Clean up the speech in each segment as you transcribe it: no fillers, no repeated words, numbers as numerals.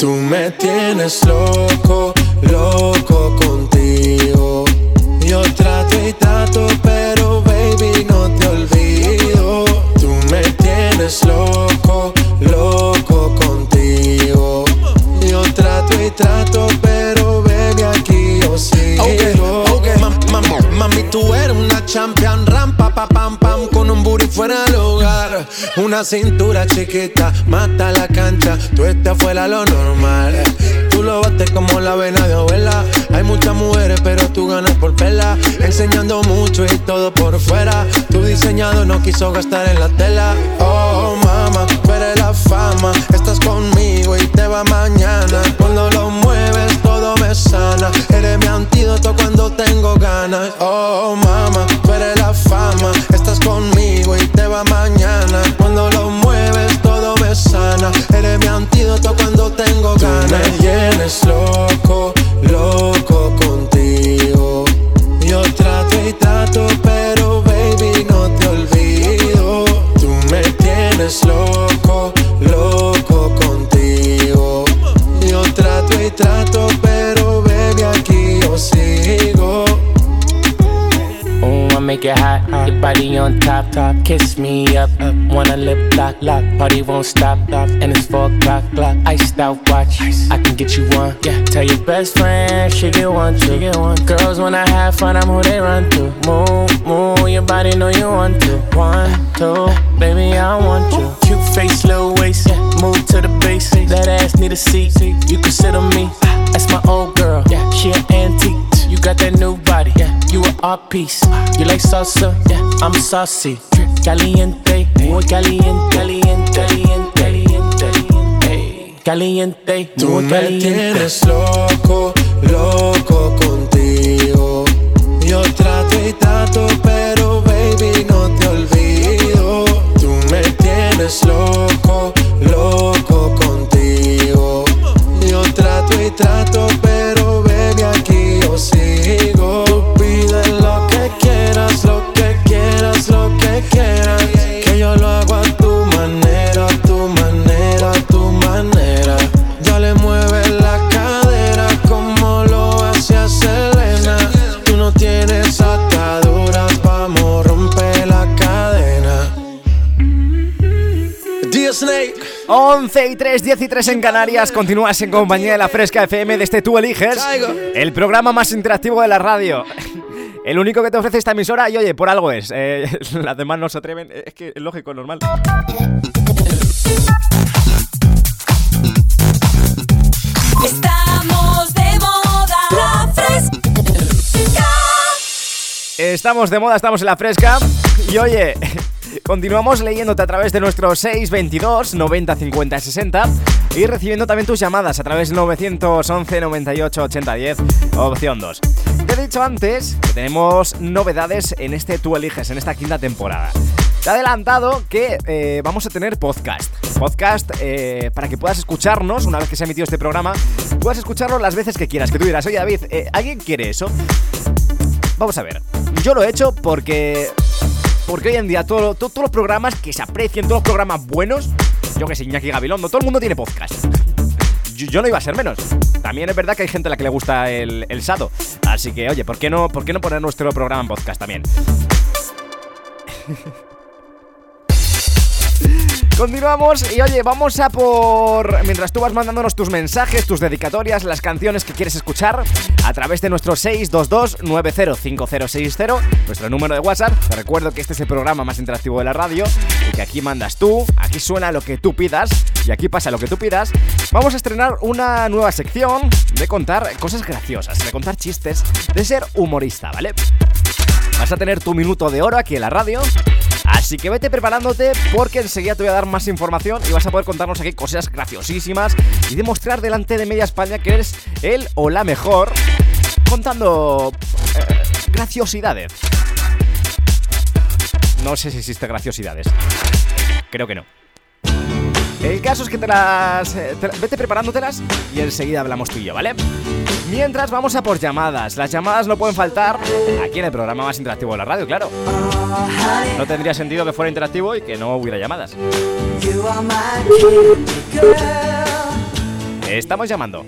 Tú me tienes loco, loco contigo. Yo trato y trato, pero baby no te olvido. Tú me tienes loco, loco contigo. Yo trato y trato, pero baby aquí yo sigo. Okay. Mami, tú eres una champion, rampa, pa, pam, pam, con un booty fuera del hogar. Una cintura chiquita, mata la cancha, tú estás fuera lo normal. Tú lo bates como la vena de abuela. Hay muchas mujeres, pero tú ganas por pela. Enseñando mucho y todo por fuera. Tu diseñado no quiso gastar en la tela. Oh, mama, tú eres la fama. Estás conmigo y te va mañana. Cuando lo mueves todo me sana. Eres mi antídoto cuando tengo ganas. Oh, mama, tú eres la fama. Estás conmigo y te va mañana. Cuando lo mueves todo me sana. Eres mi antídoto cuando tengo ganas. Tú me tienes loco, loco contigo. Yo trato y trato, pero baby no te olvido. Tú me tienes loco, loco contigo. Yo trato y trato, pero baby aquí yo sigo. I make it hot, your body on top, kiss me up, wanna lip lock, party won't stop, and it's 4 o'clock, iced out watch, I can get you one, yeah, tell your best friend, she get one, girls wanna have fun, I'm who they run to, move, your body know you want to, 1, 2, baby I want you, cute face, little waist, yeah, move to the base, that ass need a seat, you can sit on me, that's my old girl, yeah, she an antique. You got that new body, yeah. You an art piece. You like salsa, yeah. I'm saucy, caliente, muy caliente, caliente, caliente, caliente. Tú me tienes loco, loco contigo. Yo trato y trato, pero baby no te olvido. Tú me tienes loco, loco contigo. Yo trato y trato, pero baby aquí yo sigo. Tú pides lo que quieras, lo que quieras, lo que quieras. Que yo lo hago a tu manera, a tu manera, a tu manera. Ya le mueves la cadera como lo hacía Selena. Tú no tienes ataduras, vamos, rompe la cadena. Dear Snake. 11:03, 10:03 en Canarias. Continúas en compañía de La Fresca FM de este Tú Eliges, el programa más interactivo de la radio. El único que te ofrece esta emisora y oye, por algo es. Las demás no se atreven. Es que es lógico, normal. Estamos de moda, La Fresca. Estamos de moda, estamos en La Fresca. Y oye, continuamos leyéndote a través de nuestro 622 90 50 60 y recibiendo también tus llamadas a través del 911 98 80 10, opción 2. Te he dicho antes que tenemos novedades en este Tú Eliges, en esta quinta temporada. Te he adelantado que vamos a tener podcast para que puedas escucharnos una vez que se ha emitido este programa. Puedas escucharlo las veces que quieras. Que tú dirás, oye David, ¿alguien quiere eso? Vamos a ver, yo lo he hecho porque hoy en día todos los programas que se aprecien, todos los programas buenos, yo que sé, Iñaki Gabilondo, todo el mundo tiene podcast. Yo no iba a ser menos. También es verdad que hay gente a la que le gusta el sado. Así que, oye, ¿por qué no poner nuestro programa en podcast también? Continuamos y oye, vamos a por... Mientras tú vas mandándonos tus mensajes, tus dedicatorias, las canciones que quieres escuchar a través de nuestro 622-905060, nuestro número de WhatsApp. Te recuerdo que este es el programa más interactivo de la radio y que aquí mandas tú, aquí suena lo que tú pidas y aquí pasa lo que tú pidas. Vamos a estrenar una nueva sección de contar cosas graciosas, de contar chistes, de ser humorista, ¿vale? Vas a tener tu minuto de oro aquí en la radio. Así que vete preparándote porque enseguida te voy a dar más información y vas a poder contarnos aquí cosas graciosísimas y demostrar delante de media España que eres el o la mejor contando graciosidades. No sé si existen graciosidades. Creo que no. El caso es que vete preparándotelas y enseguida hablamos tú y yo, ¿vale? Mientras vamos a por llamadas. Las llamadas no pueden faltar aquí en el programa más interactivo de la radio, claro. No tendría sentido que fuera interactivo y que no hubiera llamadas. Estamos llamando.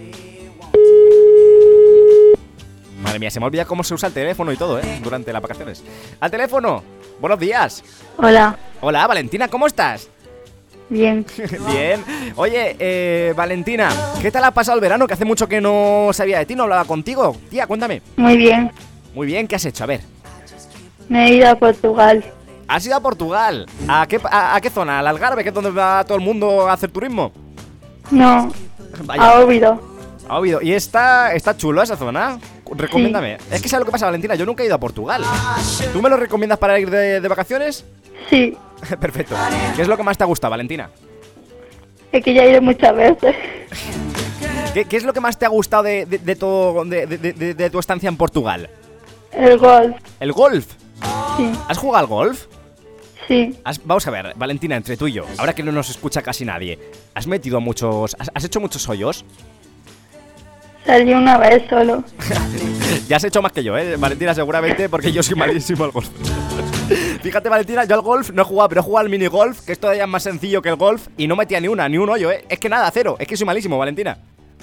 Madre mía, se me olvida cómo se usa el teléfono y todo, durante las vacaciones. ¡Al teléfono! ¡Buenos días! Hola. Hola, Valentina, ¿cómo estás? Bien. Bien. Oye, Valentina, ¿qué tal ha pasado el verano? Que hace mucho que no sabía de ti, no hablaba contigo. Tía, cuéntame. Muy bien. Muy bien, ¿qué has hecho? A ver. Me he ido a Portugal. ¿Has ido a Portugal? ¿A qué zona? ¿Al Algarve, que es donde va todo el mundo a hacer turismo? No. Vaya. A Óbido. Ha oído. ¿Y está chulo esa zona? Recomiéndame. Sí. Es que ¿sabes lo que pasa, Valentina? Yo nunca he ido a Portugal. ¿Tú me lo recomiendas para ir de vacaciones? Sí. Perfecto. ¿Qué es lo que más te ha gustado, Valentina? Es que ya he ido muchas veces. ¿Qué es lo que más te ha gustado de tu estancia en Portugal? El golf. ¿El golf? Sí. ¿Has jugado al golf? Sí. Vamos a ver, Valentina, entre tú y yo, ahora que no nos escucha casi nadie, ¿has metido muchos... ¿Has hecho muchos hoyos? Salí una vez solo. Ya has hecho más que yo, Valentina, seguramente, porque yo soy malísimo al golf. Fíjate, Valentina, yo al golf no he jugado, pero he jugado al minigolf, que es todavía más sencillo que el golf, y no metía ni un hoyo, Es que nada, cero, es que soy malísimo, Valentina.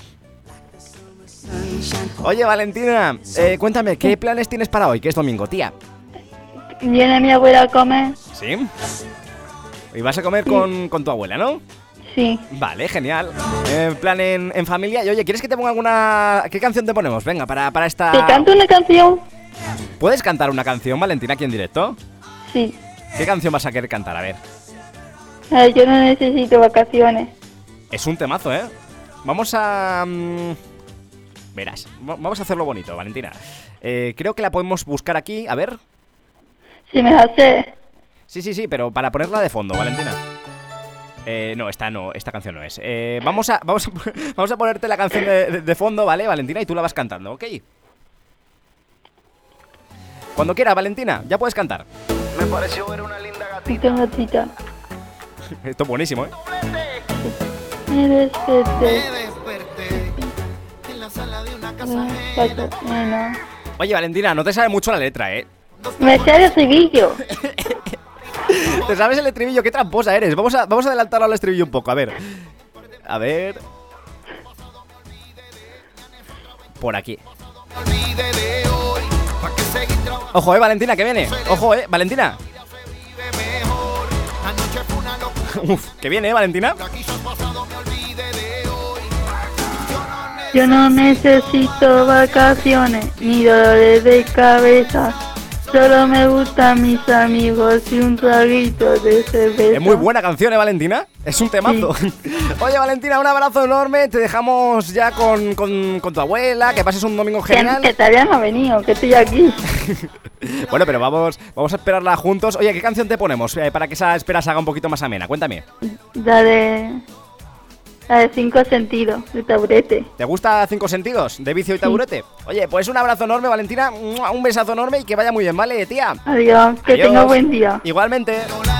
Oye, Valentina, cuéntame, ¿qué planes tienes para hoy, que es domingo, tía? Viene mi abuela a comer. ¿Sí? Y vas a comer con tu abuela, ¿no? Sí. Vale, genial. En plan en familia. Y oye, ¿quieres que te ponga alguna... ¿Qué canción te ponemos? Venga, para esta... ¿Te canto una canción? ¿Puedes cantar una canción, Valentina, aquí en directo? Sí. ¿Qué canción vas a querer cantar? A ver. Yo no necesito vacaciones. Es un temazo, Vamos a... verás, vamos a hacerlo bonito, Valentina. Creo que la podemos buscar aquí, a ver. Si me hace... Sí, pero para ponerla de fondo, Valentina. No, esta canción no es. Vamos a ponerte la canción de fondo, ¿vale, Valentina? Y tú la vas cantando, ¿ok? Cuando quieras, Valentina, ya puedes cantar. Me pareció ver una linda gatita. Tengo gatita. Esto es buenísimo, Me desperté. En la sala de una casa Bueno. Oye, Valentina, no te sabe mucho la letra, Me sé el estribillo. ¿Te sabes el estribillo? ¡Qué tramposa eres! Vamos a adelantarlo al estribillo un poco, a ver. A ver... Por aquí. Ojo, Valentina, que viene. Ojo, Valentina. Uf, que viene, Valentina. Yo no necesito vacaciones ni dolores de cabeza. Solo me gustan mis amigos y un traguito de cerveza. Es muy buena canción, Valentina. Es un temazo. Sí. Oye, Valentina, un abrazo enorme. Te dejamos ya con tu abuela. Que pases un domingo genial. Que todavía no ha venido, que estoy aquí. Bueno, pero vamos a esperarla juntos. Oye, ¿qué canción te ponemos para que esa espera se haga un poquito más amena? Cuéntame. La de 5 sentidos, de Taburete. ¿Te gusta 5 sentidos, de Vicio y Taburete? Sí. Oye, pues un abrazo enorme, Valentina. Un besazo enorme y que vaya muy bien, ¿vale, tía? Adiós, que tenga buen día. Igualmente.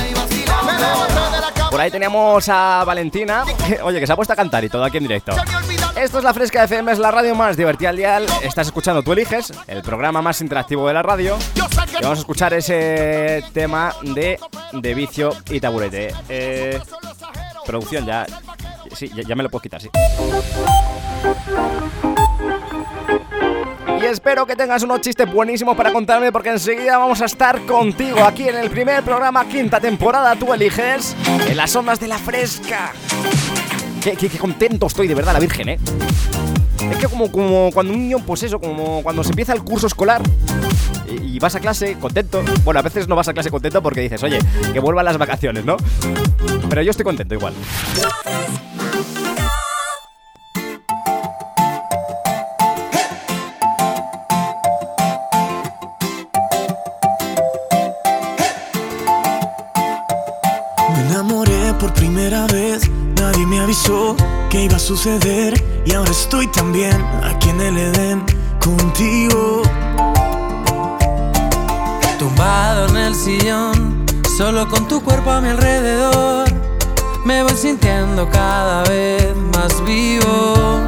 Por ahí teníamos a Valentina. Oye, que se ha puesto a cantar y todo aquí en directo. Esto es La Fresca FM, es la radio más divertida al dial. Estás escuchando Tú Eliges, el programa más interactivo de la radio. Y vamos a escuchar ese tema de Vicio y Taburete. Producción, ya... Sí, ya me lo puedo quitar, sí. Y espero que tengas unos chistes buenísimos para contarme, porque enseguida vamos a estar contigo aquí en el primer programa, quinta temporada, Tú Eliges, en las ondas de La Fresca. Qué contento estoy, de verdad, la Virgen, Es que como cuando un niño, pues eso, como cuando se empieza el curso escolar y vas a clase contento. Bueno, a veces no vas a clase contento porque dices, oye, que vuelvan las vacaciones, ¿no? Pero yo estoy contento igual. Por primera vez, nadie me avisó que iba a suceder. Y ahora estoy también aquí en el Edén contigo. Tumbado en el sillón, solo con tu cuerpo a mi alrededor, me voy sintiendo cada vez más vivo.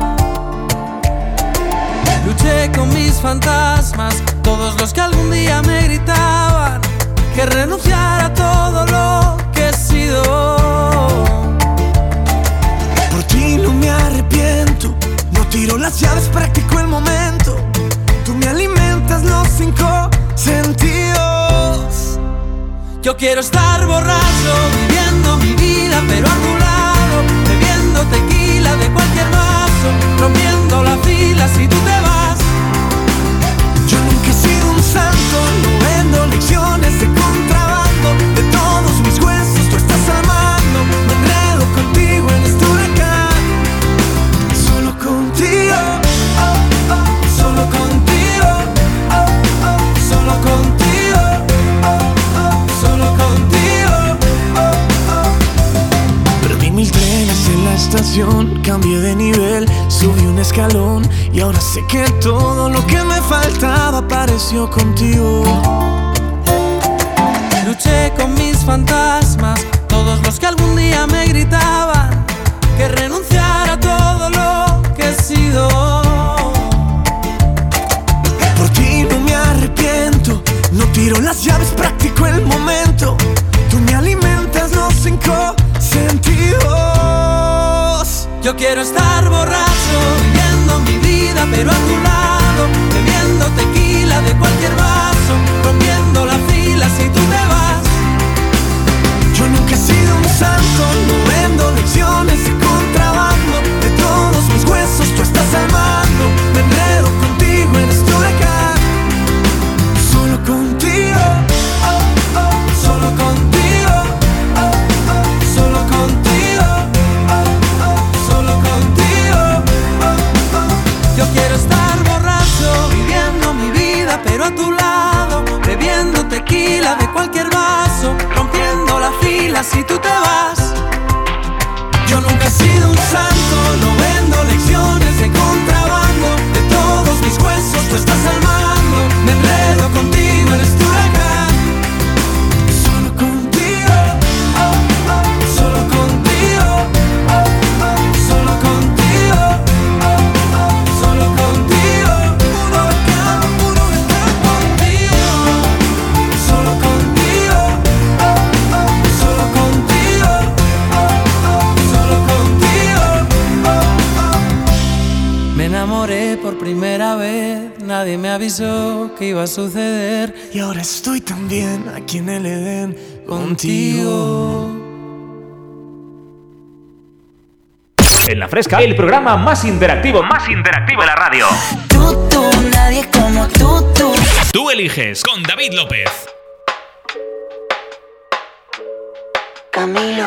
Luché con mis fantasmas, todos los que algún día me gritaban que renunciara a todo lo que he sido. Por ti no me arrepiento, llaves, practico el momento. Tú me alimentas los 5 sentidos. Yo quiero estar borracho, viviendo mi vida, pero a tu lado, bebiendo tequila de cualquier vaso, rompiendo la fila si tú te vas. Yo nunca he sido un santo, no vendo lecciones de contrabando. De todos mis huesos tú estás al mando. Me enredo contigo en este huracán. Solo contigo, oh, oh, solo contigo, oh, oh, solo contigo, oh, oh, solo contigo, oh, oh. Perdí 1000 trenes en la estación, cambié de nivel, subí un escalón y ahora sé que todo lo que me faltaba apareció contigo. Luché con mis fantasmas, todos los que algún día me gritaban que renunciara a todo lo que he sido. Por ti no me arrepiento, no tiro las llaves, practico el momento. Tú me alimentas los 5 sentidos. Yo quiero estar borracho, viviendo mi vida, pero a tu lado, bebiendo tequila de cualquier vaso, rompiendo la fila si tú te vas. Yo nunca he sido un santo, no vendo lecciones de contrabando. De todos mis huesos tú estás al mando. Me enredo contigo en este huracán. Solo contigo, oh, oh, solo contigo, oh, oh, solo contigo, oh, oh, solo contigo, oh, oh. Yo quiero estar borracho, viviendo mi vida, pero a tu lado, bebiendo tequila de cualquier vaso, rompiendo la fila si tú te vas. Yo nunca he sido un santo, no vendo lecciones de contrabando. De todos mis huesos tú estás al mando. Me enredo contigo en este huracán. Solo contigo, oh, oh, solo contigo, oh, oh, solo contigo, oh, oh, solo contigo. Puro huracán contigo. Solo contigo, oh, oh, solo contigo, oh, oh, solo contigo, oh, oh. Me enamoré por primera vez, nadie me avisó que iba a suceder. Y ahora estoy también aquí en el Edén contigo. En La Fresca, el programa más interactivo de la radio. Tú, nadie como tú. Tú eliges con David López. Camilo,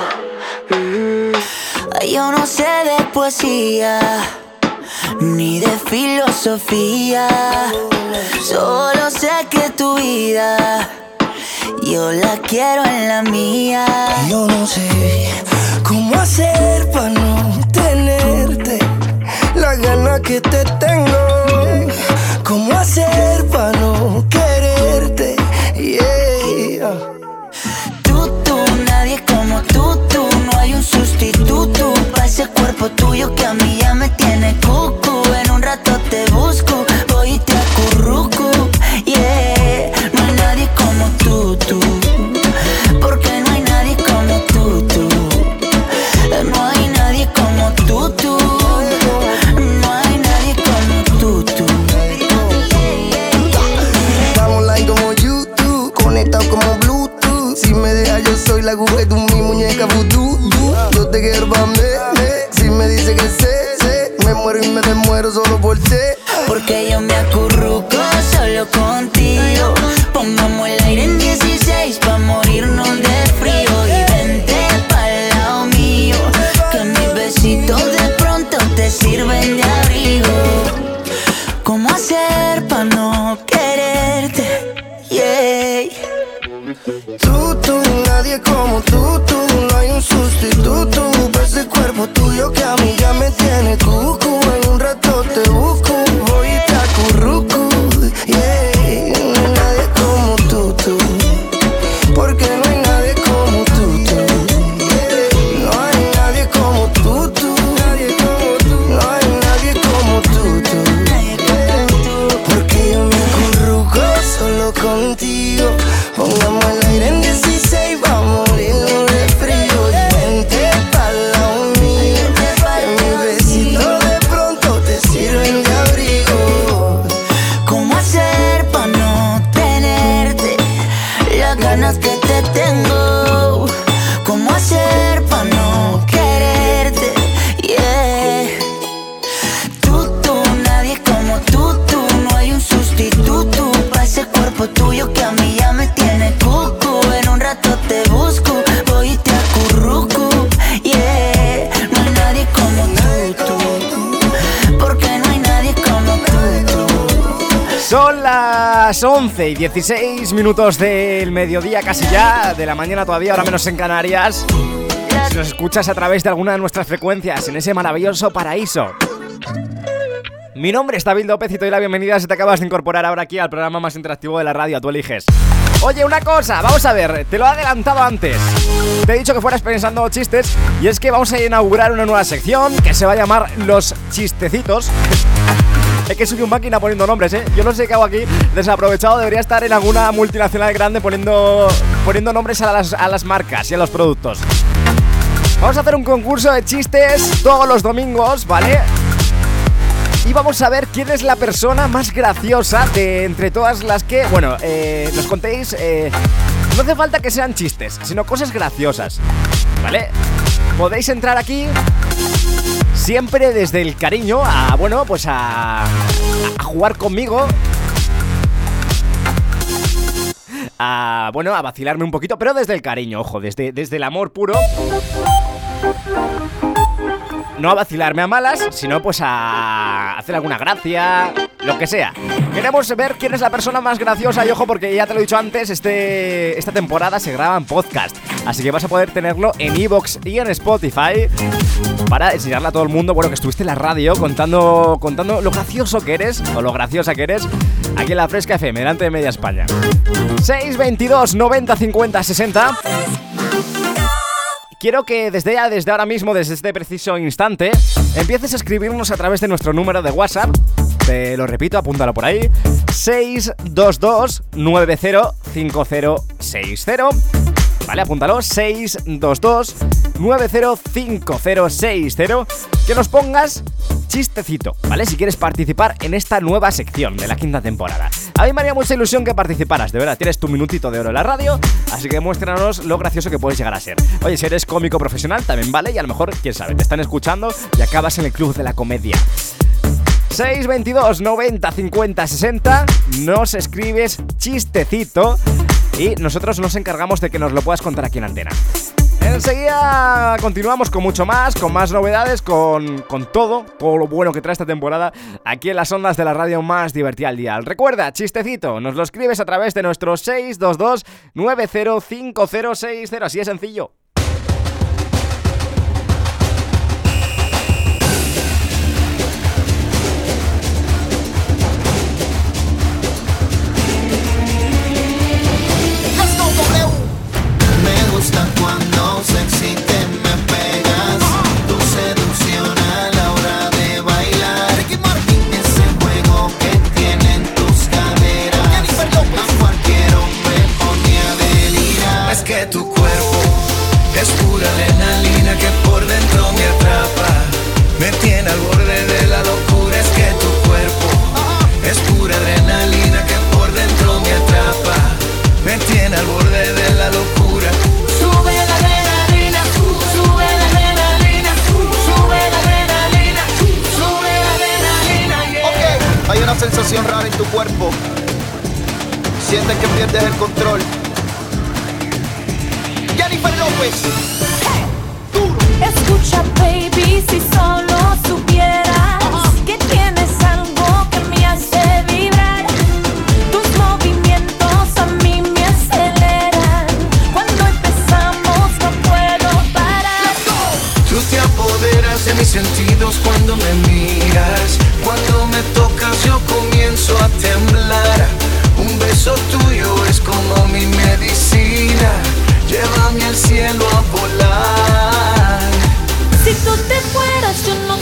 yo no sé de poesía ni de filosofía, solo sé que tu vida yo la quiero en la mía. Yo no sé cómo hacer para no tenerte la gana que te tengo. Cómo hacer para no quererte, yeah. Tú, nadie como tú. No hay un sustituto para ese cuerpo tuyo que a mí ya me tiene cucu. En un rato te busco, voy y te acurruco, yeah. No hay nadie como tú. Porque no hay nadie como tú. No hay nadie como tú. No hay nadie como tú. Estamos online como YouTube, conectados como Bluetooth. Si me dejas yo soy la Google, tú mi muñeca vudú. Yo te quiero pa' mí. Si me dice que sé, me muero y me desmuero solo por ti. Porque yo me acurruco solo contigo. Pongamos el aire en 16 pa' morirnos de frío. Y vente pa'l lado mío, que mis besitos de pronto te sirven de abrigo. ¿Cómo hacer pa' no quererte? Yeah. Tú, nadie como tú. No hay un sustituto para ese cuerpo tuyo que a mí ya me tiene cucu. En un rato te busco, voy y te acurruco, yeah. No hay nadie como tú. Porque no hay nadie como tú, yeah. No hay nadie como tú. No hay nadie como tú, yeah. Porque yo me acurruco solo contigo. Pongamos el aire en 16, vamos a morirnos de tengo. ¿Cómo hacer para no quererte? Yeah. Tú, nadie como tú. No hay un sustituto para ese cuerpo tuyo que a mí ya me tiene cucu. En un rato te busco, voy y te acurruco. Yeah. No hay nadie como tú. Porque no hay nadie como tú. Son las 11:16 del mediodía, casi ya, de la mañana todavía, ahora menos en Canarias. Si nos escuchas a través de alguna de nuestras frecuencias en ese maravilloso paraíso. Mi nombre es David López y te doy la bienvenida si te acabas de incorporar ahora aquí al programa más interactivo de la radio, Tú Eliges. Oye, una cosa, vamos a ver, te lo he adelantado antes. Te he dicho que fueras pensando chistes y es que vamos a inaugurar una nueva sección que se va a llamar Los Chistecitos. Es que soy un máquina poniendo nombres, ¿eh? Yo no sé qué hago aquí, desaprovechado. Debería estar en alguna multinacional grande poniendo nombres a las marcas y a los productos. Vamos a hacer un concurso de chistes todos los domingos, ¿vale? Y vamos a ver quién es la persona más graciosa de entre todas las que, bueno, nos contéis. No hace falta que sean chistes, sino cosas graciosas, ¿vale? Podéis entrar aquí siempre desde el cariño a, bueno, pues a jugar conmigo, a vacilarme un poquito, pero desde el cariño, ojo, desde el amor puro. No a vacilarme a malas, sino pues a hacer alguna gracia, lo que sea. Queremos ver quién es la persona más graciosa y ojo, porque ya te lo he dicho antes, esta temporada se graba en podcast, así que vas a poder tenerlo en iVoox y en Spotify para enseñarle a todo el mundo, bueno, que estuviste en la radio contando lo gracioso que eres o lo graciosa que eres aquí en La Fresca FM, delante de Media España. 622 90 50 60. Quiero que desde ahora mismo, desde este preciso instante, empieces a escribirnos a través de nuestro número de WhatsApp. Te lo repito, apúntalo por ahí. 622 90 50 60. Vale, apúntalo. 622 90 50 60. Que nos pongas chistecito, ¿vale? Si quieres participar en esta nueva sección de la quinta temporada. A mí me haría mucha ilusión que participaras, de verdad, tienes tu minutito de oro en la radio, así que muéstranos lo gracioso que puedes llegar a ser. Oye, si eres cómico profesional también vale, y a lo mejor, quién sabe, te están escuchando y acabas en el club de la comedia. 622 90 50 60, nos escribes chistecito y nosotros nos encargamos de que nos lo puedas contar aquí en antena. Enseguida continuamos con mucho más, con más novedades, con todo lo bueno que trae esta temporada aquí en las ondas de la radio más divertida al día. Recuerda, chistecito, nos lo escribes a través de nuestro 622 90 50 60, así de sencillo. Cuando sexy te me pegas, tu seducción a la hora de bailar, ese juego que tienen tus caderas, a cualquier hombre pone a delirar. Es que tu cuerpo es pura adrenalina que por dentro me atrapa, me tiene al borde de la locura. Es que tu cuerpo es pura adrenalina que por dentro me atrapa, me tiene al borde de la locura. Sube la adrenalina, sube la adrenalina, sube la adrenalina, sube la adrenalina, yeah. Ok, hay una sensación rara en tu cuerpo. Sientes que pierdes el control. Jennifer López. Hey, duro. Escucha, baby, si solo supieras que tienes algo que me hace vibrar. Tus movimientos a mí me aceleran. Cuando empezamos no puedo parar. Tú te apoderas de mis sentidos cuando me miras. Cuando me tocas yo comienzo a temblar. Un beso tuyo es como mi medicina. Llévame al cielo a volar. Si tú te fueras yo no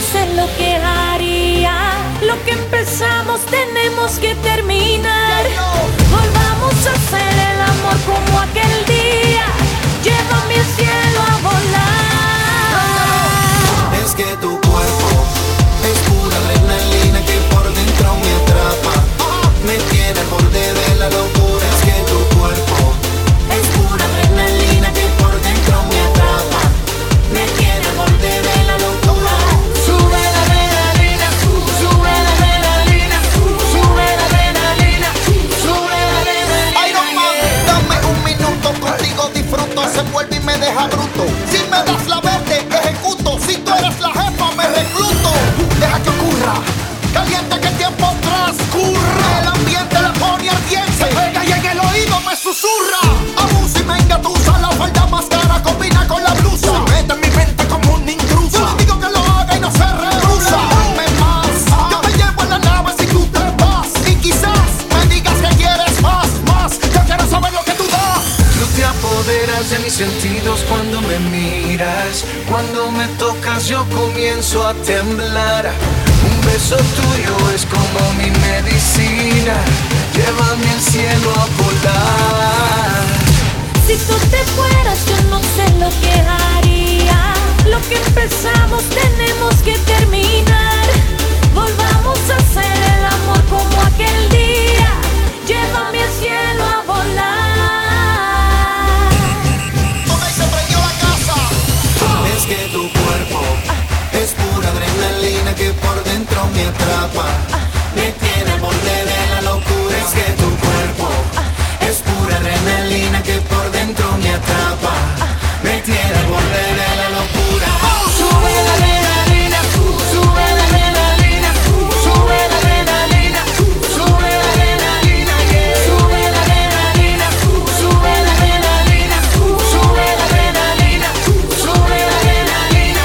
después se vuelve y me deja bruto. Si me das la verde, ejecuto. Si tú eres la jefa, me recluto. Deja que ocurra, caliente que el tiempo transcurra. El ambiente le pone ardiente, se pega y en el oído me susurra. Abusa y me engatusa, la falda más cara combina con la blusa. Se mete en mi mente como un intruso. Yo le digo que lo haga y no se rehúsa. Dame más, yo te llevo en la nave si tú te vas. Y quizás me digas que quieres más. Yo quiero saber lo que tú das. Tú te apoderas de mis sentidos cuando me miras. Cuando me tocas yo comienzo a temblar. Un beso tuyo es como mi medicina. Llévame al cielo a volar. Si tú te fueras yo no sé lo que haría. Lo que empezamos tenemos que terminar. Volvamos a hacer el amor como aquel día. Llévame al cielo a volar. Ok, se prendió la casa. Es que tu cuerpo es pura adrenalina que por dentro me atrapa. Me tiene al borde de la locura. Es que tu cuerpo es pura adrenalina que por dentro me atrapa. Me tiene al borde de la locura. Sube la adrenalina, sube la adrenalina, sube la adrenalina, sube la adrenalina, sube la adrenalina, sube la adrenalina, sube la adrenalina, sube la adrenalina,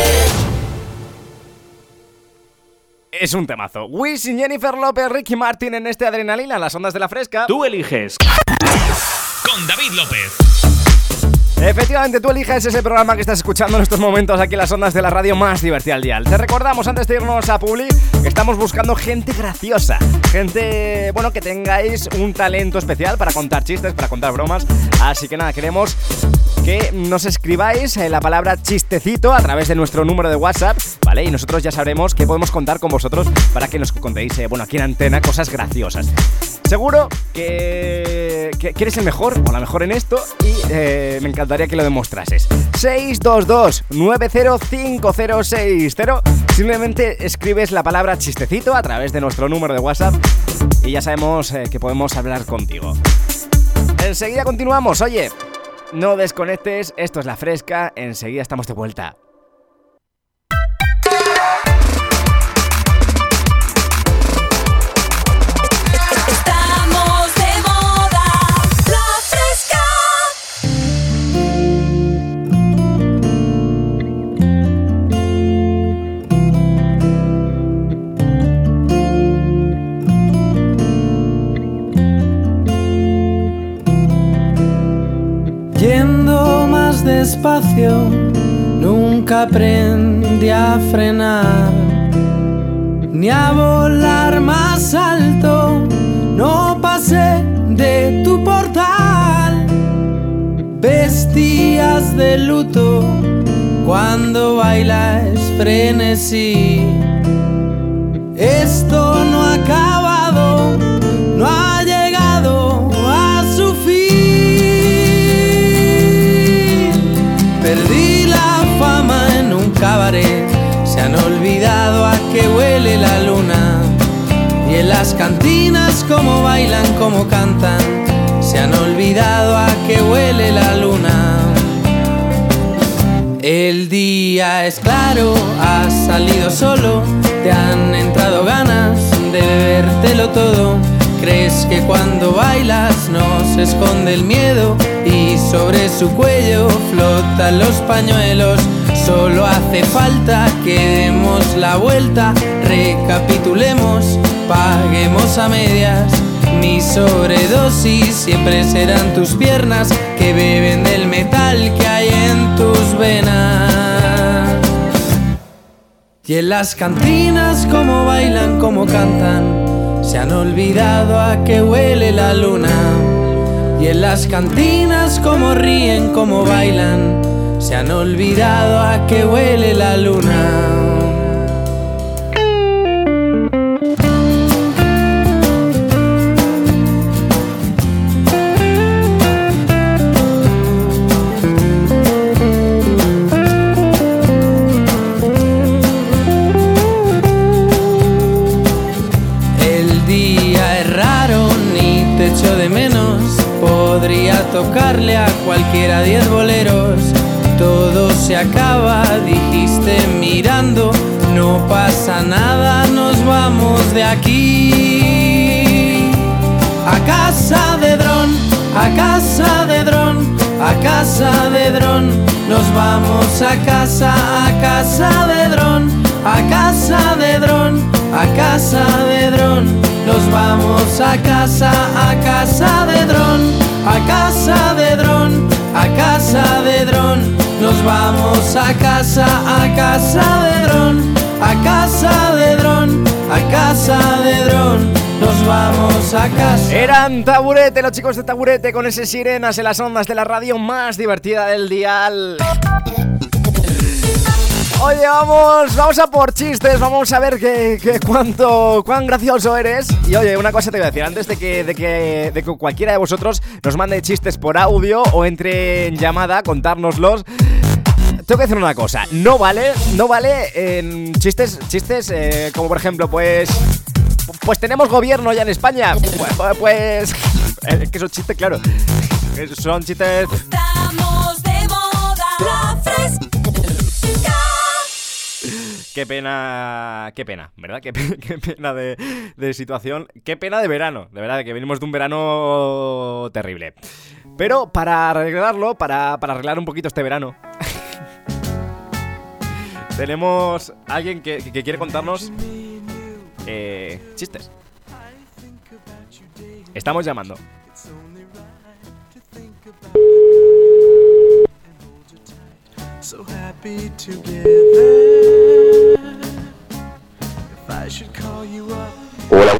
Es un temazo. Wisin, Jennifer López, Ricky Martin en este Adrenalina, las ondas de la fresca. Tú eliges. Con David López. Efectivamente, Tú eliges ese programa que estás escuchando en estos momentos aquí en las ondas de la radio más divertida al dial. Te recordamos antes de irnos a Publi que estamos buscando gente graciosa, gente, bueno, que tengáis un talento especial para contar chistes, para contar bromas. Así que nada, queremos que nos escribáis la palabra chistecito a través de nuestro número de WhatsApp, ¿vale? Y nosotros ya sabremos que podemos contar con vosotros para que nos contéis, bueno, aquí en antena cosas graciosas. Seguro que eres el mejor o la mejor en esto y me encantaría que lo demostrases. 622-905060. Simplemente escribes la palabra chistecito a través de nuestro número de WhatsApp y ya sabemos que podemos hablar contigo. Enseguida continuamos. Oye, no desconectes, esto es La Fresca, enseguida estamos de vuelta. Estamos de moda, La Fresca. Yendo más despacio, nunca aprendí a frenar, ni a volar más alto, no pasé de tu portal. Vestías de luto cuando bailas frenesí. Esto no ha acabado, no ha llegado a su fin. Perdí la fama en un cabaret, se han olvidado a qué huele la luna. Y en las cantinas cómo bailan, cómo cantan, se han olvidado a qué huele la luna. El día es claro, has salido solo, te han entrado ganas de bebértelo todo. Crees que cuando bailas no se esconde el miedo y sobre su cuello flotan los pañuelos. Solo hace falta que demos la vuelta, recapitulemos, paguemos a medias. Mi sobredosis siempre serán tus piernas que beben del metal que hay en tus venas. Y en las cantinas cómo bailan, cómo cantan, se han olvidado a qué huele la luna. Y en las cantinas cómo ríen, cómo bailan, se han olvidado a qué huele la luna. Tocarle a cualquiera 10 boletos. se acaba, dijiste mirando, no pasa nada, nos vamos de aquí. A casa de dron, a casa de dron, a casa de dron, nos vamos a casa de dron, a casa de dron, a casa de dron, nos vamos a casa de dron, a casa de dron, a casa de dron, nos vamos a casa de dron, a casa de dron, a casa de dron, nos vamos a casa. Eran Taburete, los chicos de Taburete, con ese Sirenas en las ondas de la radio más divertida del dial. Oye, vamos a por chistes, vamos a ver cuán gracioso eres. Y oye, una cosa te voy a decir, antes de que cualquiera de vosotros nos mande chistes por audio o entre en llamada, contárnoslos, tengo que decir una cosa, no vale chistes como por ejemplo, pues tenemos gobierno ya en España, pues que son chistes, claro, son chistes. Estamos de moda, la fresca. Qué pena, ¿verdad? Qué pena de situación, qué pena de verano, de verdad, que venimos de un verano terrible. Pero para arreglarlo, para arreglar un poquito este verano, tenemos a alguien que quiere contarnos chistes. Estamos llamando. So happy together. If I should call you up. Hola.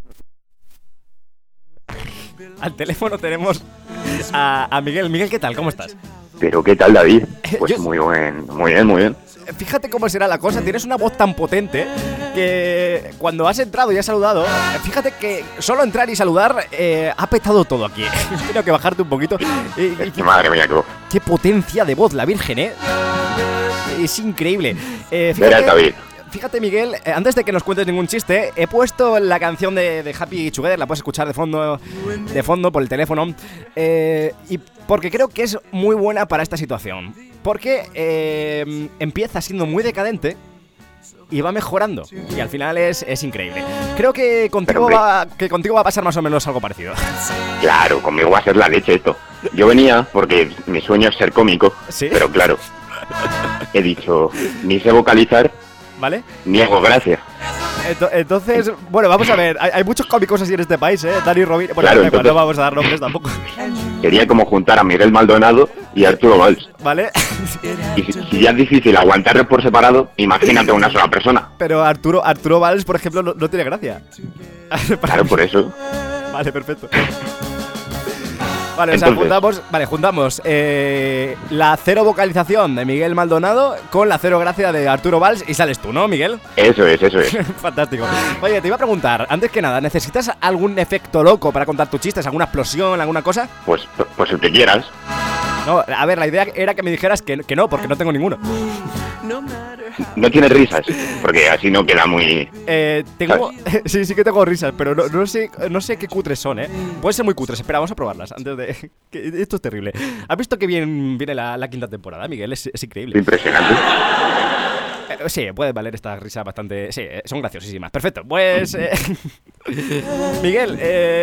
Al teléfono tenemos a Miguel. Miguel, ¿qué tal? ¿Cómo estás? Pero ¿qué tal, David? Pues muy bien. Fíjate cómo será la cosa, tienes una voz tan potente que cuando has entrado y has saludado, fíjate que solo entrar y saludar ha petado todo aquí. Tengo que bajarte un poquito. Madre mía, qué potencia de voz, la Virgen, es increíble. Verás, David. Fíjate, Miguel, antes de que nos cuentes ningún chiste, he puesto la canción de Happy Together, la puedes escuchar de fondo por el teléfono, y porque creo que es muy buena para esta situación. Porque empieza siendo muy decadente y va mejorando, y al final es increíble. Creo que contigo va a pasar más o menos algo parecido. Claro, conmigo va a ser la leche esto. Yo venía porque mi sueño es ser cómico, ¿sí? Pero claro, he dicho, ni sé vocalizar, ¿vale? Ni hago gracia. Entonces, bueno, vamos a ver. Hay muchos cómicos así en este país, Dani Rovira. Bueno, claro, entonces, no vamos a dar nombres tampoco. Sería como juntar a Miguel Maldonado y a Arturo Valls. ¿Vale? Y si ya es difícil aguantarlos por separado, imagínate una sola persona. Pero Arturo Valls, por ejemplo, no tiene gracia. Claro, por eso. Vale, perfecto. Vale, entonces, o sea, juntamos la cero vocalización de Miguel Maldonado con la cero gracia de Arturo Valls y sales tú, ¿no, Miguel? Eso es. Fantástico. Oye, te iba a preguntar, antes que nada, ¿necesitas algún efecto loco para contar tus chistes? ¿Alguna explosión, alguna cosa? Pues el que quieras. No, a ver, la idea era que me dijeras que no, porque no tengo ninguno. No tienes risas, porque así no queda muy... Sí que tengo risas, pero no sé qué cutres son, Pueden ser muy cutres, espera, vamos a probarlas antes de... Esto es terrible. ¿Has visto que bien viene la quinta temporada, Miguel? Es increíble. Impresionante. Sí, puede valer esta risa bastante... Sí, son graciosísimas. Perfecto, pues... Miguel,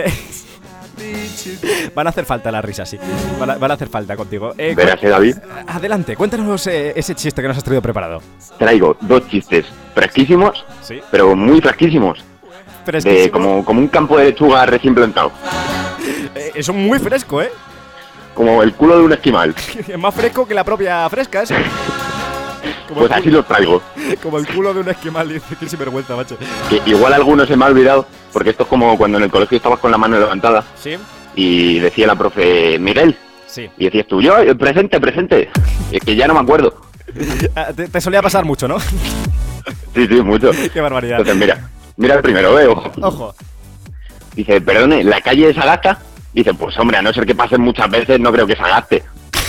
van a hacer falta las risas, sí. Van a hacer falta contigo. Verás, David. Adelante, cuéntanos ese chiste que nos has traído preparado. Traigo dos chistes fresquísimos, ¿sí? Pero muy fresquísimos. De como un campo de lechuga recién plantado. Eso es muy fresco, Como el culo de un esquimal. Es más fresco que la propia fresca, eso. Pues así los traigo. Como el culo de un esquimal, dice, que sinvergüenza, macho. Que igual alguno se me ha olvidado, porque esto es como cuando en el colegio estabas con la mano levantada. Sí. Y decía la profe, Miguel. Sí. Y decías tú, yo, presente. Es que ya no me acuerdo. Te solía pasar mucho, ¿no? Sí, mucho. Qué barbaridad. Entonces mira el primero, veo. Ojo. Dice, perdone, ¿la calle es Sagasta? Dice, pues hombre, a no ser que pasen muchas veces, no creo que se agaste.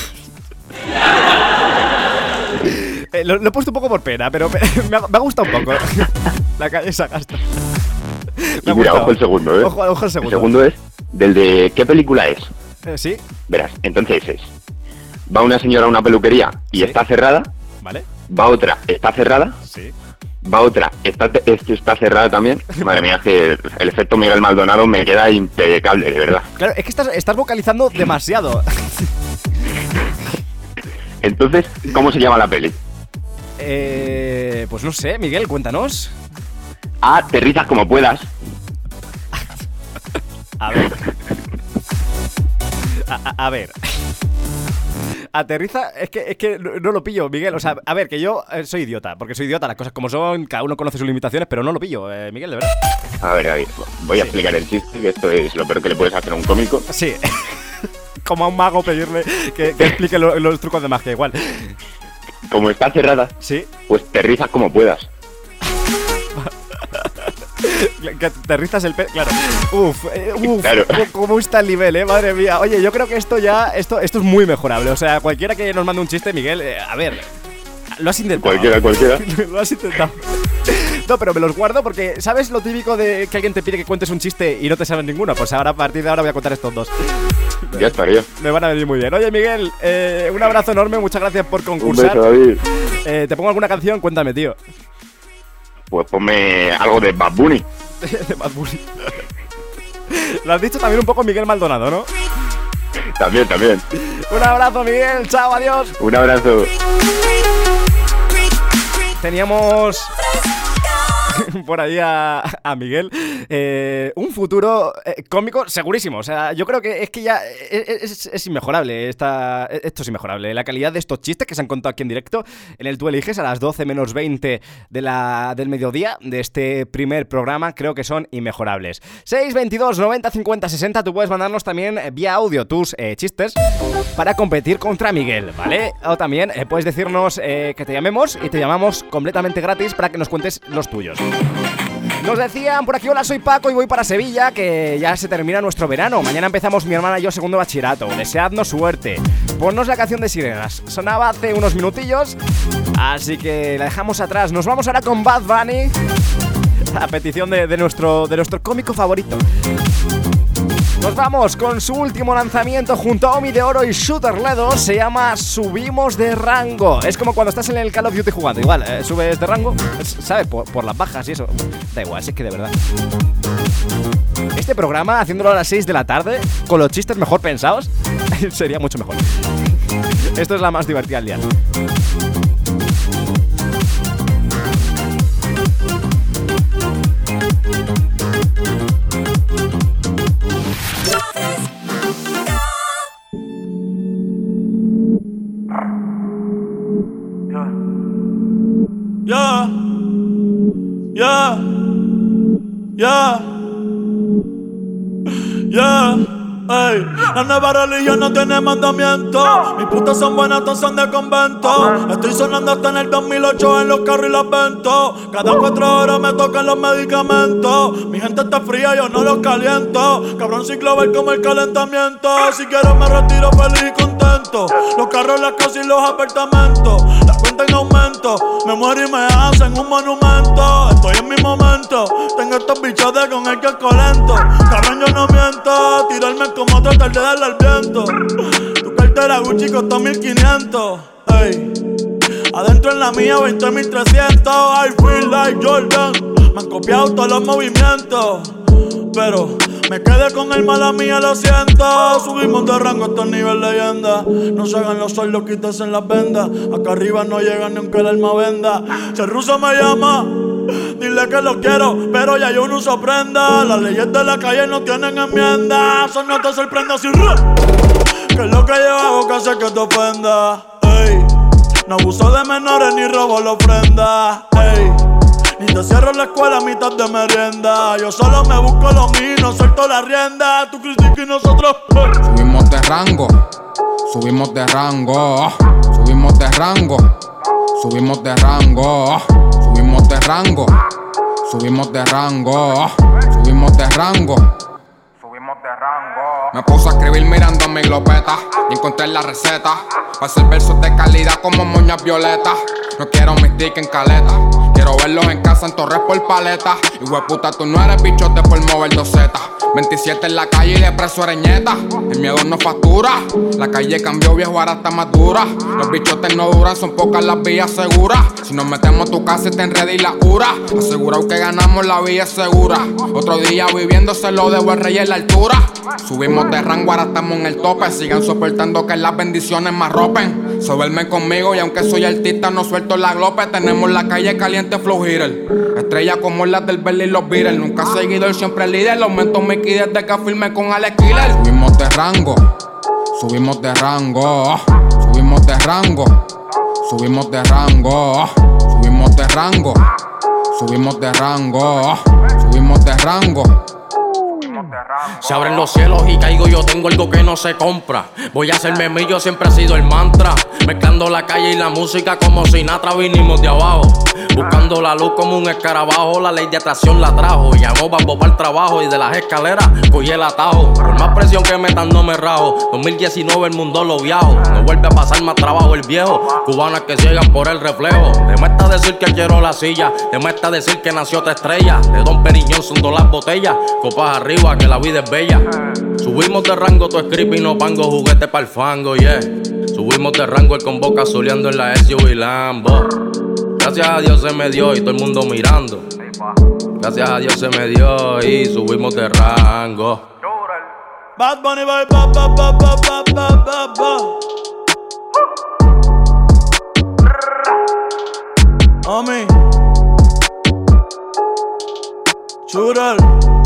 Lo he puesto un poco por pena, pero me ha gustado un poco. La calle Sagasta. Y mira, ojo el segundo, Ojo el segundo. El segundo es del de ¿qué película es? ¿Sí? Verás, entonces va una señora a una peluquería y está cerrada, ¿vale? Va otra, está cerrada. Sí. Va otra, está cerrada también. Madre mía, es que el efecto Miguel Maldonado me queda impecable, de verdad. Claro, es que estás vocalizando demasiado. Entonces, ¿cómo se llama la peli? Pues no sé, Miguel, cuéntanos. Aterrizas como puedas. A ver. A ver. Aterriza, es que no lo pillo, Miguel. O sea, a ver, que yo soy idiota, porque soy idiota, las cosas como son, cada uno conoce sus limitaciones, pero no lo pillo, Miguel, de verdad. A ver, voy a explicar el chiste, que esto es lo peor que le puedes hacer a un cómico. Sí. Como a un mago pedirle que explique los trucos de magia, igual. Como está cerrada, sí, pues te rizas como puedas. Que te rizas el claro. Claro. ¿Cómo está el nivel, madre mía? Oye, yo creo que esto es muy mejorable. O sea, cualquiera que nos mande un chiste, Miguel, a ver, lo has intentado. Cualquiera. Lo has intentado. No, pero me los guardo porque, ¿sabes lo típico de que alguien te pide que cuentes un chiste y no te sabes ninguno? Pues ahora, a partir de ahora, voy a contar estos dos. Ya estaría. Me van a venir muy bien. Oye, Miguel, un abrazo enorme, muchas gracias por concursar. Un beso, David. ¿Te pongo alguna canción? Cuéntame, tío. Pues ponme algo de Bad Bunny. De Bad Bunny. Lo has dicho también un poco Miguel Maldonado, ¿no? También. Un abrazo, Miguel. Chao, adiós. Un abrazo. Teníamos por ahí a Miguel. Un futuro cómico segurísimo. O sea, yo creo que es que ya es inmejorable. Esto es inmejorable. La calidad de estos chistes que se han contado aquí en directo en el Tú Eliges a las 12 menos 20 del mediodía de este primer programa, creo que son inmejorables. 622 90 50 60. Tú puedes mandarnos también vía audio tus chistes para competir contra Miguel, ¿vale? O también puedes decirnos que te llamemos y te llamamos completamente gratis para que nos cuentes los tuyos. Nos decían por aquí: hola, soy Paco y voy para Sevilla, que ya se termina nuestro verano. Mañana empezamos mi hermana y yo segundo bachillerato. Deseadnos suerte. Ponnos la canción de Sirenas. Sonaba hace unos minutillos, así que la dejamos atrás. Nos vamos ahora con Bad Bunny, a petición de nuestro cómico favorito. Nos vamos con su último lanzamiento junto a Omi de Oro y Shooter Ledo. Se llama Subimos de Rango. Es como cuando estás en el Call of Duty jugando. Igual, subes de rango, ¿sabes? Por las bajas y eso. Da igual, si es que de verdad. Este programa, haciéndolo a las 6 de la tarde, con los chistes mejor pensados, sería mucho mejor. Esto es la más divertida del día. Ey, la nueva religión no tiene mandamiento. Mis putas son buenas, todas son de convento. Estoy sonando hasta en el 2008 en los carros y las vento. Cada 4 horas me tocan los medicamentos. Mi gente está fría, yo no los caliento. Cabrón sin global como el calentamiento. Si quieres me retiro feliz y contento. Los carros, las casas y los apartamentos. La cuenta en aumento. Me muero y me hacen un monumento. Estoy en mi momento. Tengo estos bichos de con el casco lento. Cabrón, yo no miento. Tirarme como tratar de darle al viento. Tu cartera Gucci costó 1500. Ey, adentro en la mía 20.300. I feel like Jordan. Me han copiado todos los movimientos, pero me quedé con el mala mía, lo siento. Subimos de rango, esto es nivel leyenda. No se hagan los sordos, quítense las vendas. Acá arriba no llegan ni aunque el alma venda. Si el ruso me llama, dile que lo quiero, pero ya yo no uso prenda. Las leyes de la calle no tienen enmienda. Eso no te sorprenda si que es lo que yo hago que hace que te ofenda. Ey, no abuso de menores ni robo la ofrenda. Ey, ni te cierro la escuela a mitad de merienda. Yo solo me busco lo mío, no suelto la rienda. Tú criticas y nosotros subimos de rango, subimos de rango, subimos de rango, subimos de rango, subimos de rango, subimos de rango, subimos de rango. Me puse a escribir mirando mi glopeta y encontré la receta para hacer versos de calidad como moñas violetas. No quiero mis tickets en caleta, Quiero verlos en casa en Torres por paleta. Y hueputa, tú no eres bichote por mover 2 zetas. 27 en la calle y de preso eres nieta. El miedo no factura. La calle cambió, viejo, ahora está más dura. Los bichotes no duran, son pocas las vías seguras. Si nos metemos a tu casa y te enredé y la ura. Asegurado que ganamos, la vía es segura. Otro día viviendo se lo debo al rey en la altura. Subimos de rango, ahora estamos en el tope. Sigan soportando que las bendiciones me arropen. Soberme conmigo y aunque soy artista no suelto la glope. Tenemos la calle caliente, flow hitter. Estrella como las del Berlin y los Beatles. Nunca seguidor, siempre líder. Aumento mi key desde que firmé con Alex Killer. Subimos de rango, subimos de rango, subimos de rango, subimos de rango, subimos de rango, subimos de rango, subimos de rango. Se abren los cielos y caigo, yo tengo algo que no se compra. Voy a hacerme mío, siempre ha sido el mantra. Mezclando la calle y la música como Sinatra, vinimos de abajo. Buscando la luz como un escarabajo, la ley de atracción la trajo. Llamó Bambo para el trabajo y de las escaleras cogí el atajo. Por más presión que metan no me rajo. 2019 el mundo lo viajo. No vuelve a pasar más trabajo el viejo. Cubanas que ciegan por el reflejo. Te muestra decir que quiero la silla. Te muestra decir que nació otra estrella. De Don Periñón son 2 las botellas. Copas arriba que la vida es bella. Subimos de rango, tu script y no pango. Juguete pa'l fango, yeah. Subimos de rango, el convoca soleando en la SUV Lambo. Gracias a Dios se me dio y todo el mundo mirando. Gracias a Dios se me dio y subimos de rango. Bad Bunny, ba, ba, ba, ba, ba, ba, ba, ba. Homie Shooter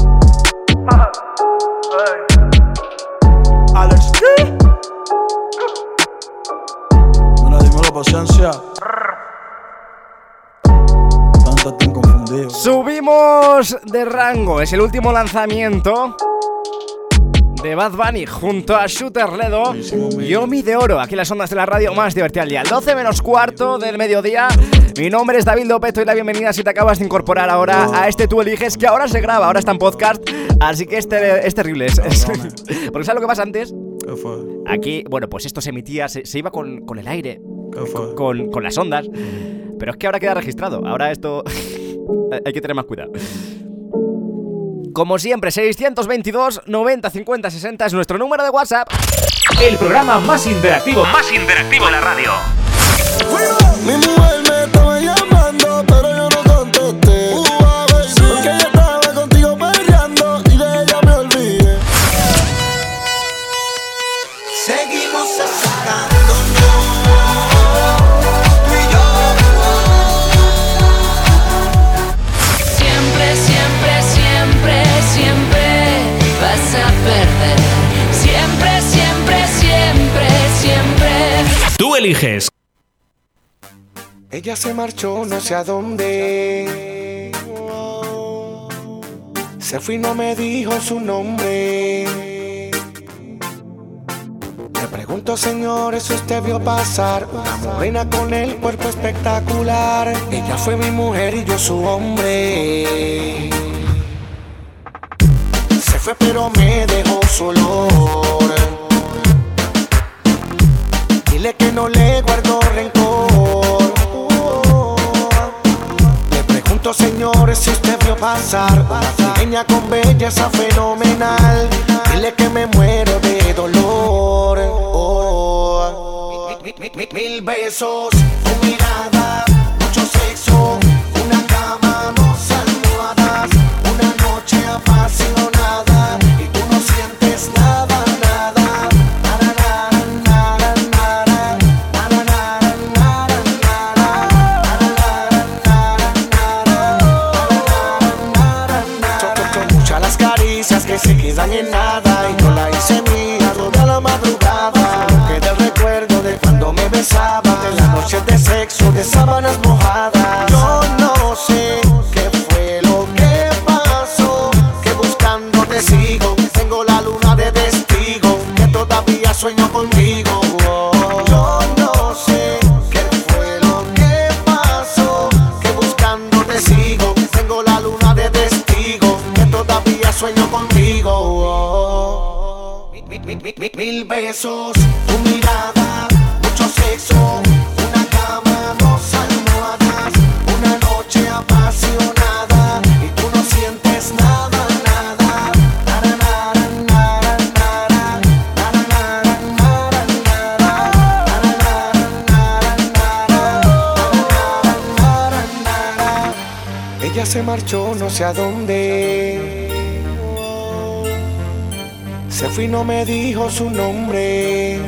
Alex Bueno, dímelo, paciencia. Tanto están confundidos. Subimos de rango, es el último lanzamiento de Bad Bunny junto a Shooter Ledo y Omi de Oro, aquí en las ondas de la radio más divertida al día. 12 menos cuarto del mediodía. Mi nombre es David Lopeto y la bienvenida si te acabas de incorporar ahora a este Tú Eliges, que ahora se graba, ahora está en podcast, así que es terrible. Porque ¿sabes lo que pasa antes? ¿Qué fue? Aquí, bueno, pues esto se emitía, se iba con el aire, ¿Qué fue? con las ondas, pero es que ahora queda registrado, ahora esto hay que tener más cuidado. Como siempre, 622 90 50 60 es nuestro número de WhatsApp. El programa más interactivo de la radio. Mi mujer me estaba llamando, pero yo no contesté. Porque ella estaba contigo peleando y de ella me olvidé. Seguimos sacándonos, tú y yo. Siempre, siempre, siempre, siempre vas a perder. Siempre, siempre, siempre, siempre. Tú eliges. Ella se marchó no sé a dónde. Se fue y no me dijo su nombre. Le pregunto, señores, si usted vio pasar una morena con el cuerpo espectacular. Ella fue mi mujer y yo su hombre. Se fue pero me dejó su olor. Dile que no le guardo rencor. Le pregunto, señores, si usted vio pasar una trigueña con belleza fenomenal. Dile que me muero de dolor. Mil besos, tu mirada, mucho sexo, una cama, 2 almohadas, una noche apasionada y tú no sientes nada, nada. Son muchas las caricias que se quedan en nada y no la hice mía toda la madrugada. Queda el recuerdo de cuando me besaba, de las noches de sexo, de sábanas mojadas. Yo no sé qué fue lo que pasó, que buscando te sigo, tengo la luna de testigo, que todavía sueño contigo. Yo no sé qué fue lo que pasó, que buscando te sigo, tengo la luna de testigo, que todavía sueño contigo. Mil besos, tu mirada, mucho sexo, una cama, 2 almohadas, una noche ella se marchó no sé a dónde. Se fue y no me dijo su nombre.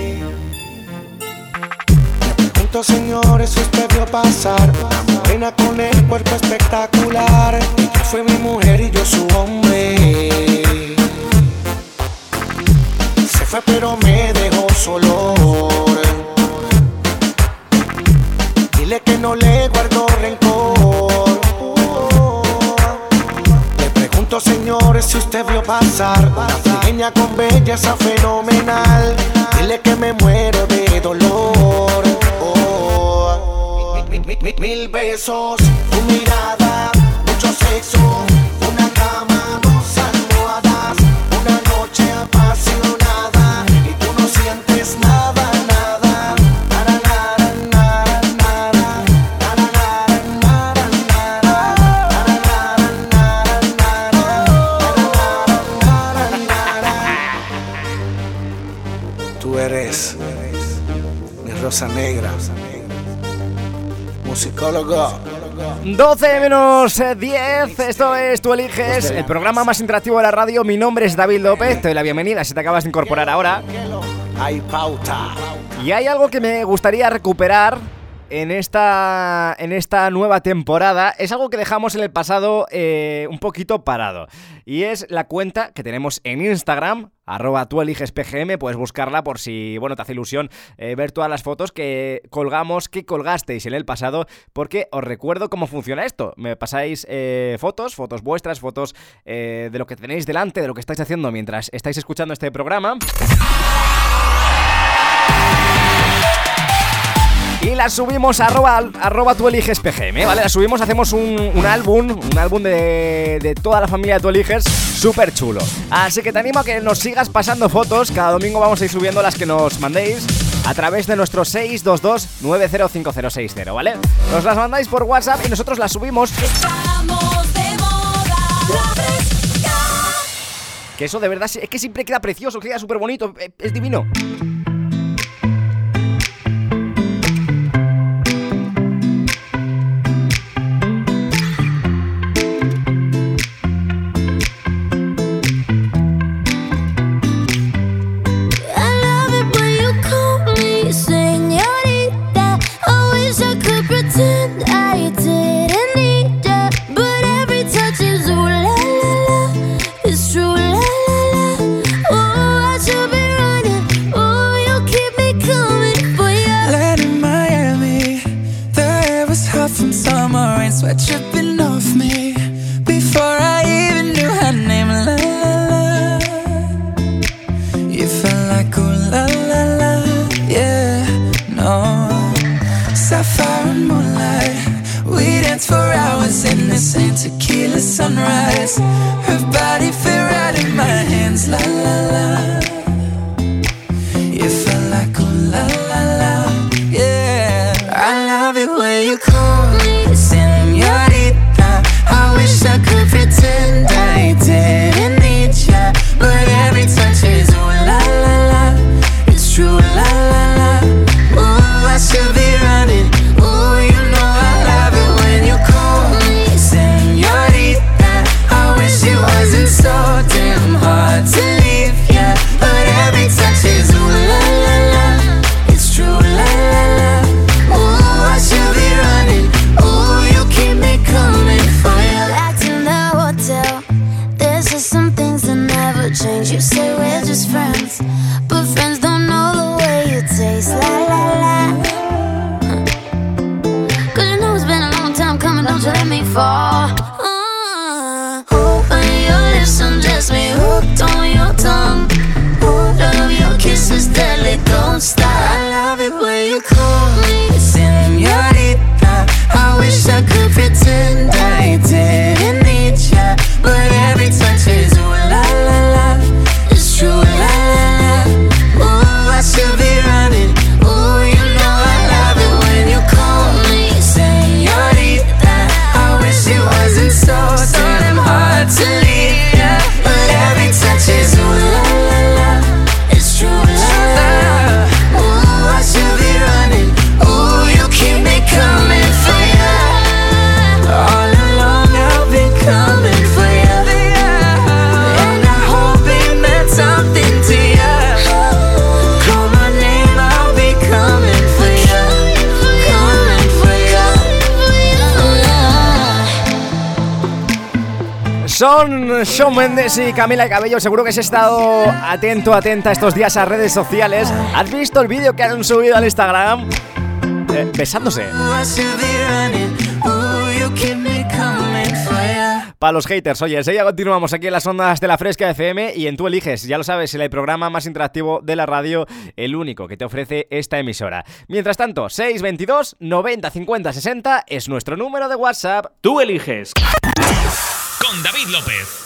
Me pregunto, señores, si usted vio pasar una morena con el cuerpo espectacular. Ella fue mi mujer y yo su hombre. Se fue pero me dejó solo. Dile que no le guardo rencor. Le pregunto, señores, si usted vio pasar una trigueña con belleza fenomenal. Dile que me muero de dolor. Mil besos, tu mirada, mucho sexo, una cama, dos almohadas, una noche apasionada y tú no sientes nada, nada. Tú eres mi rosa negra. Musicólogo. 12 menos 10, esto es Tú Eliges, el programa más interactivo de la radio. Mi nombre es David López, te doy la bienvenida si te acabas de incorporar ahora. Hay pauta. Y hay algo que me gustaría recuperar en esta nueva temporada. Es algo que dejamos en el pasado un poquito parado. Y es la cuenta que tenemos en Instagram, @tueligespgm. Puedes buscarla por si, bueno, te hace ilusión ver todas las fotos que colgasteis en el pasado. Porque os recuerdo cómo funciona esto. Me pasáis fotos vuestras, fotos de lo que tenéis delante, de lo que estáis haciendo mientras estáis escuchando este programa. Y las subimos @tueligespgm, ¿vale? Las subimos, hacemos un álbum de toda la familia de Tú Eliges, súper chulo. Así que te animo a que nos sigas pasando fotos. Cada domingo vamos a ir subiendo las que nos mandéis a través de nuestro 622-905060, ¿vale? Nos las mandáis por WhatsApp y nosotros las subimos. Estamos de moda, la fresca. Que eso de verdad es que siempre queda precioso, queda súper bonito, es divino. Sweat dripping off me before I even knew her name. La la la, you felt like ooh la la la, yeah, no. Sapphire and moonlight, we danced for hours in the same tequila sunrise. Her body fit right in my hands, la la la. You felt like ooh la la la, yeah. I love it when you call me señorita. I wish I could pretend I didn't need ya, but every touch is ooh la la la. It's true la la la. Ooh, I should be running. Ooh, you know I love it when you call me señorita. I wish it wasn't so damn hard to leave ya, but every touch is ooh la la la. It's true la la la. Ooh, I should be running. Ooh, you keep me coming for you. Back in the hotel, there's just some things that never change. You say we're just friends, but friends don't know the way you taste. La la la. Cause you know it's been a long time coming, don't you let me fall. When your lips undress me, hooked on your tongue. Love your kisses deadly, don't stop. I love it when you call me señorita. I wish I could pretend I didn't need ya, but every touch is ooh la la la. It's true la la la. Ooh, I should be running. Ooh, you know I love it when you call me señorita. I wish it wasn't so damn hard to leave ya, but every touch is ooh la la la. It's true la la la. Ooh, I should be running. Ooh, Son Shawn Mendes y Camila Cabello. Seguro que has estado atenta estos días a redes sociales. ¿Has visto el vídeo que han subido al Instagram? Besándose. Para los haters, oye, ya continuamos aquí en las ondas de la Fresca FM y en Tú Eliges, ya lo sabes, el programa más interactivo de la radio, el único que te ofrece esta emisora. Mientras tanto, 622 90 50 60 es nuestro número de WhatsApp. Tú Eliges. Con David López.